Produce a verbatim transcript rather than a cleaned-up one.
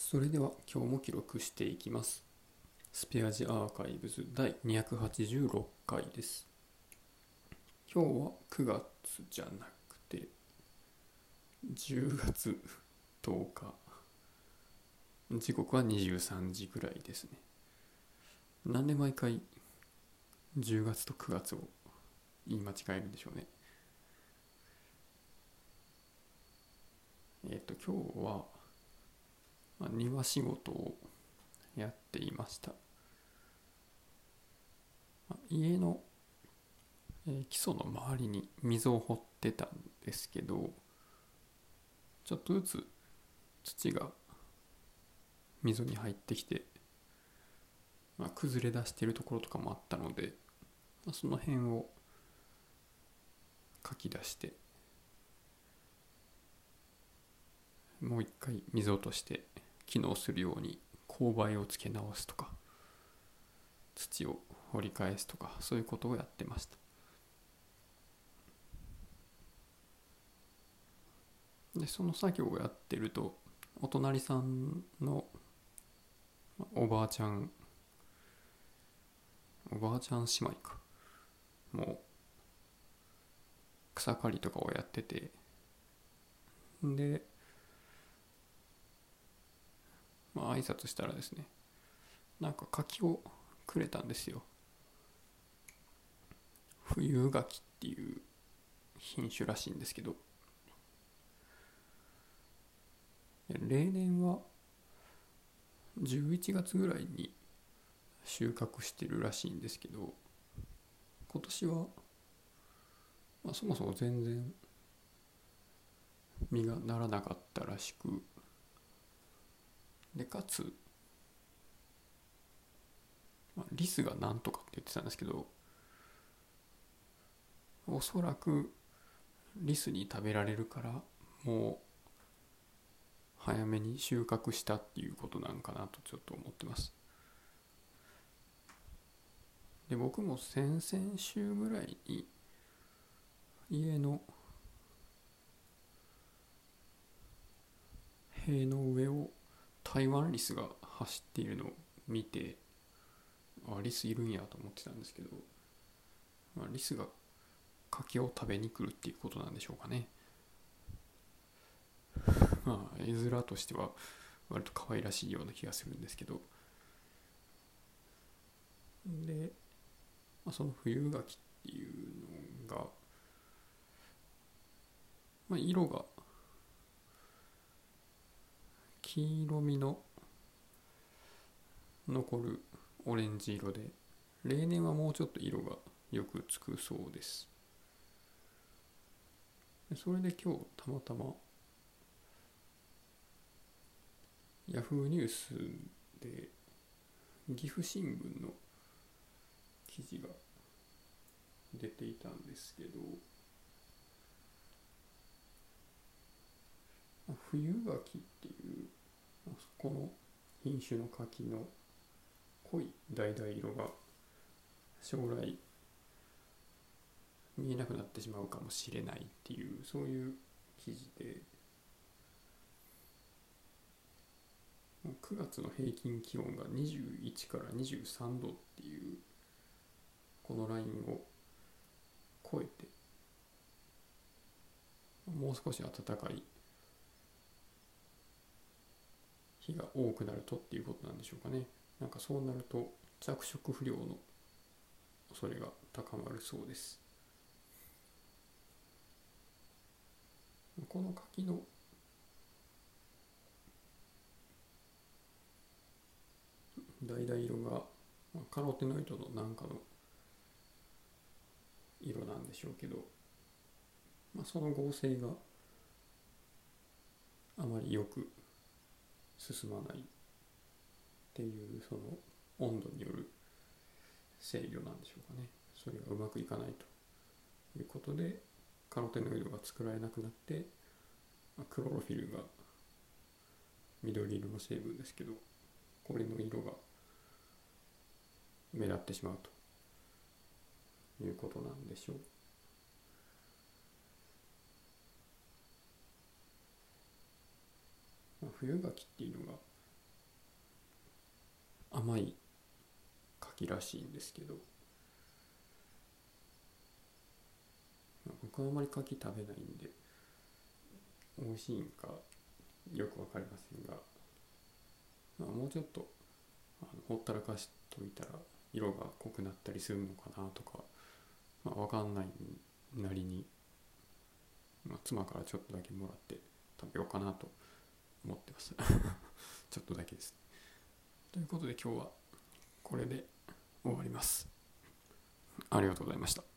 それでは今日も記録していきます。スペアジアーカイブズだいにひゃくはちじゅうろっかいです。今日はくがつじゃなくてじゅうがつとおか、時刻はにじゅうさんじぐらいですね。なんで毎回じゅうがつとくがつを言い間違えるんでしょうね。えっ、と今日は、まあ、庭仕事をやっていました。まあ、家の、えー基礎の周りに溝を掘ってたんですけど、ちょっとずつ土が溝に入ってきて、まあ、崩れ出しているところとかもあったので、まあ、その辺をかき出してもう一回溝として機能するように勾配をつけ直すとか土を掘り返すとか、そういうことをやってました。でその作業をやってると、お隣さんのおばあちゃんおばあちゃん姉妹かもう草刈りとかをやってて、でまあ挨拶したらですね、なんか柿をくれたんですよ。冬柿っていう品種らしいんですけど、例年はじゅういちがつぐらいに収穫してるらしいんですけど、今年は、まあ、そもそも全然実がならなかったらしく、でかつ、まあ、リスがなんとかって言ってたんですけど、おそらくリスに食べられるからもう早めに収穫したっていうことなんかなとちょっと思ってます。で僕も先々週ぐらいに家の塀の上を台湾リスが走っているのを見て、あ、リスいるんやと思ってたんですけど、まあ、リスが柿を食べに来るっていうことなんでしょうかね。まあ絵面としては割と可愛らしいような気がするんですけど、で、まあ、その冬柿っていうのが、まあ、色が黄色みの残るオレンジ色で、例年はもうちょっと色がよくつくそうです。それで今日たまたまヤフーニュースで岐阜新聞の記事が出ていたんですけど、冬柿っていうこの品種の柿の濃い橙色が将来見えなくなってしまうかもしれないっていう、そういう記事で、くがつの平均気温がにじゅういちからにじゅうさんどっていうこのラインを超えて、もう少し暖かい日が多くなるとっていうことなんでしょうかね。なんかそうなると着色不良の恐れが高まるそうです。この柿の橙色がカロテノイドのなんかの色なんでしょうけど、まあ、その合成があまりよく進まないっていう、その温度による制御なんでしょうかね。それがうまくいかないということでカロテノイドが作られなくなって、クロロフィルが緑色の成分ですけど、これの色が目立ってしまうということなんでしょう。まあ、冬柿っていうのが甘い柿らしいんですけど、僕はあまり柿食べないんで美味しいんかよくわかりませんが、まあ、もうちょっとあのほったらかしといたら色が濃くなったりするのかなとか、まあ、わかんないなりに、まあ、妻からちょっとだけもらって食べようかなと思ってますちょっとだけです。ということで今日はこれで終わります。ありがとうございました。